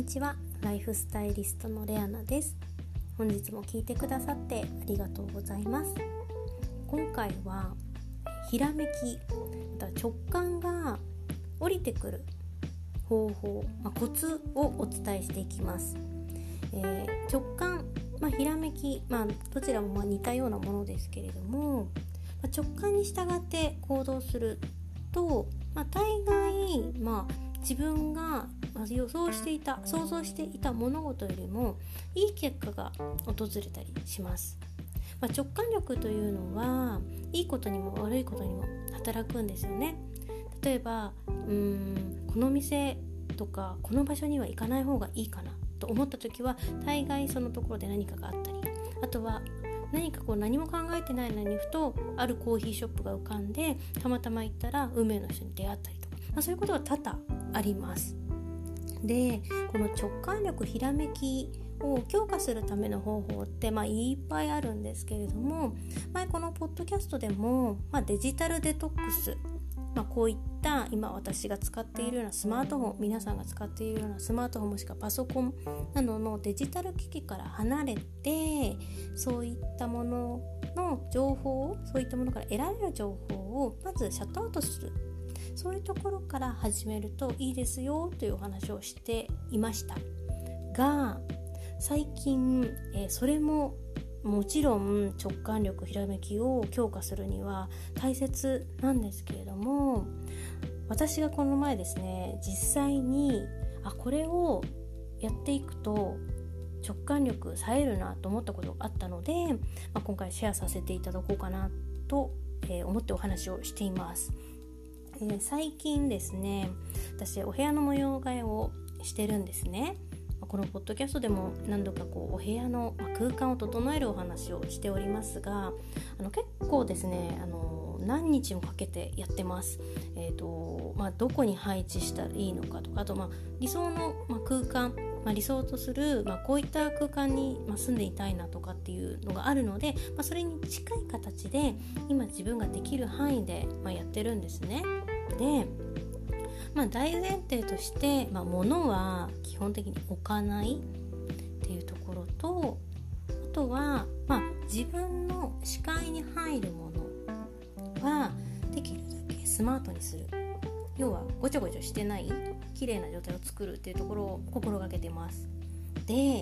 ちは。ライフスタイリストのレアナです。本日も聞いてくださってありがとうございます。今回はひらめき、直感が降りてくる方法、コツをお伝えしていきます。直感、ひらめき、どちらも似たようなものですけれども、直感に従って行動すると、大概、自分が想像していた物事よりもいい結果が訪れたりします。直感力というのはいいことにも悪いことにも働くんですよね。例えばこの店とかこの場所には行かない方がいいかなと思った時は、大概そのところで何かがあったり、あとは何か何も考えてないのにふとあるコーヒーショップが浮かんで、たまたま行ったら運命の人に出会ったりとか、そういうことが多々あります。で、この直感力、ひらめきを強化するための方法っていっぱいあるんですけれども、前このポッドキャストでも、デジタルデトックス、こういった今私が使っているようなスマートフォン、皆さんが使っているようなスマートフォンもしくはパソコンなどのデジタル機器から離れて、そういったものの情報を、そういったものから得られる情報をまずシャットアウトする、そういうところから始めるといいですよというお話をしていましたが、最近、それももちろん直感力、ひらめきを強化するには大切なんですけれども、私がこの前ですね、実際にこれをやっていくと直感力冴えるなと思ったことがあったので、今回シェアさせていただこうかなと思ってお話をしています。最近ですね、私お部屋の模様替えをしてるんですね。このポッドキャストでも何度かお部屋の空間を整えるお話をしておりますが、結構ですね、何日もかけてやってます。どこに配置したらいいのかとか、あと理想の空間、理想とする、こういった空間に住んでいたいなとかっていうのがあるので、それに近い形で今自分ができる範囲でやってるんですね。で、大前提として、物は基本的に置かないっていうところと、あとは、自分の視界に入るものはできるだけスマートにする、要はごちゃごちゃしてない綺麗な状態を作るっていうところを心がけてます。で、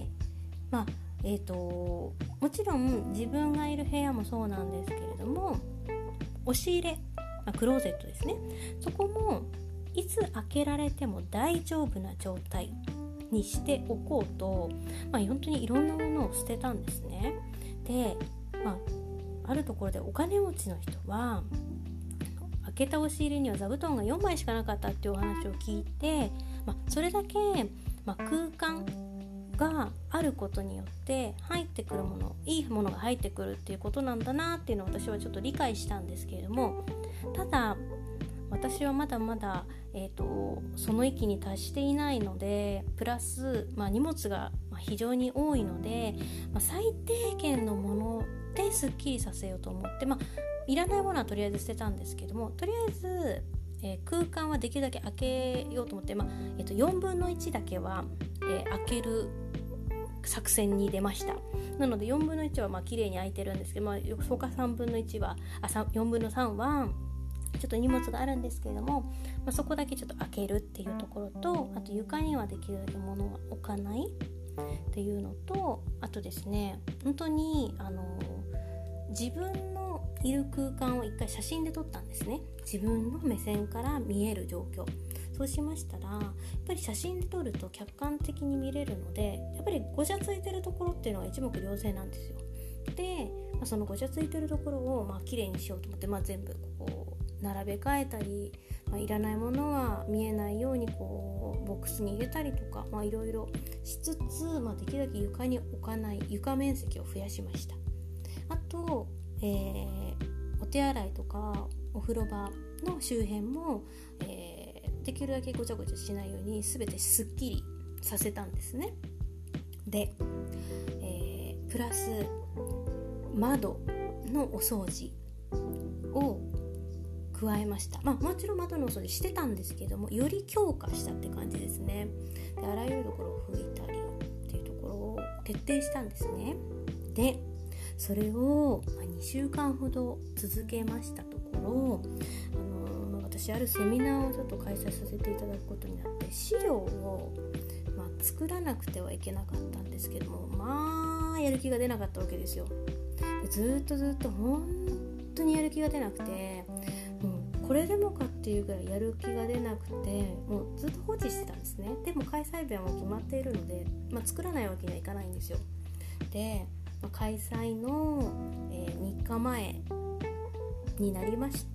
もちろん自分がいる部屋もそうなんですけれども、押し入れ、クローゼットですね、そこもいつ開けられても大丈夫な状態にしておこうと、本当にいろんなものを捨てたんですね。で、あるところでお金持ちの人は開けた押し入れには座布団が4枚しかなかったっていうお話を聞いて、それだけ、空間があることによって入ってくるもの、いいものが入ってくるっていうことなんだなっていうのを私はちょっと理解したんですけれども、ただ私はまだまだ、その域に達していないので、プラス、荷物が非常に多いので、最低限のものですっきりさせようと思って、いらないものはとりあえず捨てたんですけども、とりあえず、空間はできるだけ開けようと思って、4分の1だけは、開ける作戦に出ました。なので4分の1は綺麗に開いてるんですけど、他3分の1は4分の3はちょっと荷物があるんですけれども、そこだけちょっと開けるっていうところと、あと床にはできるだけ物は置かないっていうのと、あとですね、本当に自分のいる空間を一回写真で撮ったんですね。自分の目線から見える状況。そうしましたら、やっぱり写真で撮ると客観的に見れるので、やっぱりごちゃついてるところっていうのが一目瞭然なんですよ。で、そのごちゃついてるところを綺麗にしようと思って、全部並べ替えたり、いらないものは見えないようにボックスに入れたりとか、いろいろしつつ、できるだけ床に置かない床面積を増やしました。あと、お手洗いとかお風呂場の周辺も、できるだけごちゃごちゃしないように全てすっきりさせたんですね。で、プラス窓のお掃除を加えました。もちろん窓のお掃除してたんですけども、より強化したって感じですね。で、あらゆるところを拭いたりっていうところを徹底したんですね。で、それを2週間ほど続けましたところ、私あるセミナーをちょっと開催させていただくことになって、資料を作らなくてはいけなかったんですけども、やる気が出なかったわけですよ。で、ずっと本当にやる気が出なくて、これでもかっていうぐらいやる気が出なくて、もうずっと放置してたんですね。でも開催日はもう決まっているので、作らないわけにはいかないんですよ。で、開催の、3日前になりまして、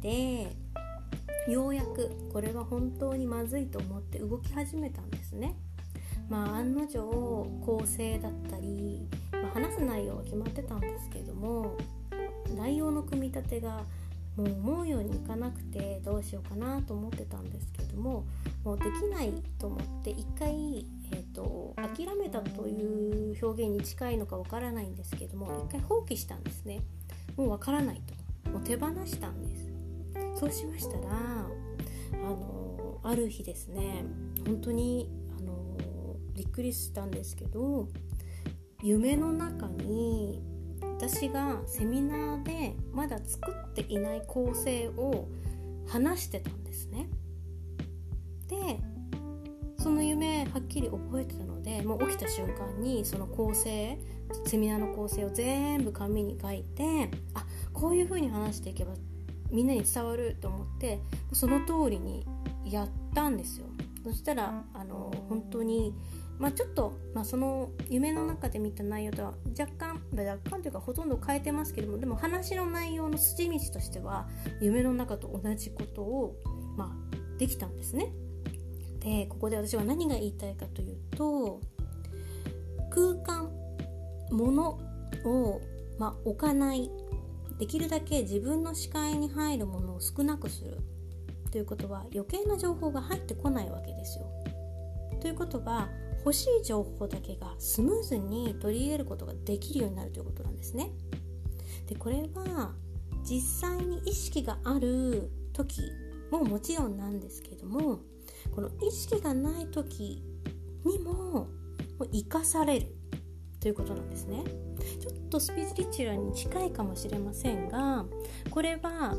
ようやくこれは本当にまずいと思って動き始めたんですね。案の定構成だったり、話す内容は決まってたんですけども、内容の組み立てがもう思うようにいかなくて、どうしようかなと思ってたんですけども、もうできないと思って一回、諦めたという表現に近いのかわからないんですけども、一回放棄したんですね。もうわからないと、もう手放したんです。そうしましたら、ある日ですね、本当にびっくりしたんですけど、夢の中に私がセミナーでまだ作っていない構成を話してたんですね。で、その夢はっきり覚えてたので、もう起きた瞬間にその構成、セミナーの構成を全部紙に書いて、こういう風に話していけばみんなに伝わると思って、その通りにやったんですよ。そしたら本当にちょっと、その夢の中で見た内容とは若干というかほとんど変えてますけども、でも話の内容の筋道としては夢の中と同じことを、できたんですね。で、ここで私は何が言いたいかというと、空間、物を、置かない、できるだけ自分の視界に入るものを少なくするということは、余計な情報が入ってこないわけですよ。ということは、欲しい情報だけがスムーズに取り入れることができるようになるということなんですね。で、これは実際に意識がある時ももちろんなんですけども、この意識がない時にも生かされるということなんですね。ちょっとスピリチュアルに近いかもしれませんが、これは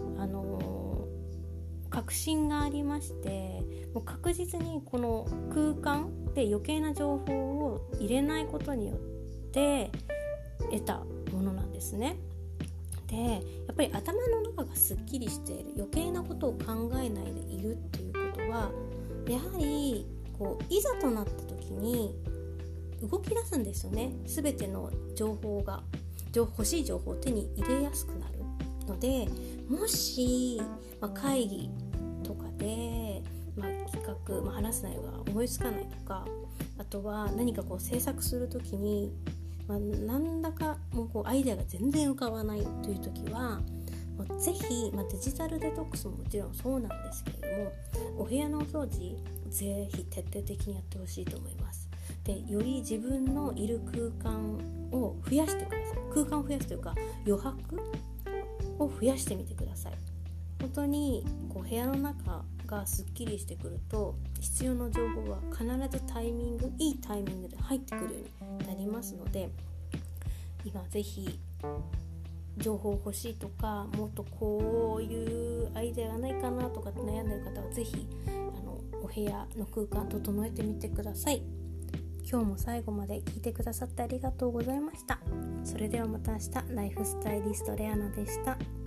確信がありまして、もう確実にこの空間で余計な情報を入れないことによって得たものなんですね。で、やっぱり頭の中がすっきりしている、余計なことを考えないでいるっていうことは、やはりいざとなった時に動き出すんですよね。全ての情報が欲しい情報を手に入れやすくなるので、もし、会議とかで、企画、話す内容が思いつかないとか、あとは何か制作するときに、なんだかもうアイデアが全然浮かばないというときは、ぜひ、デジタルデトックスももちろんそうなんですけれども、お部屋のお掃除ぜひ徹底的にやってほしいと思います。で、より自分のいる空間を増やしてください。空間を増やすというか、余白を増やしてみてください。本当に部屋の中がすっきりしてくると、必要な情報は必ずいいタイミングで入ってくるようになりますので、今ぜひ情報欲しいとか、もっとこういうアイデアがないかなとかって悩んでる方は、ぜひお部屋の空間整えてみてください。今日も最後まで聞いてくださってありがとうございました。それではまた明日。ライフスタイリストレアナでした。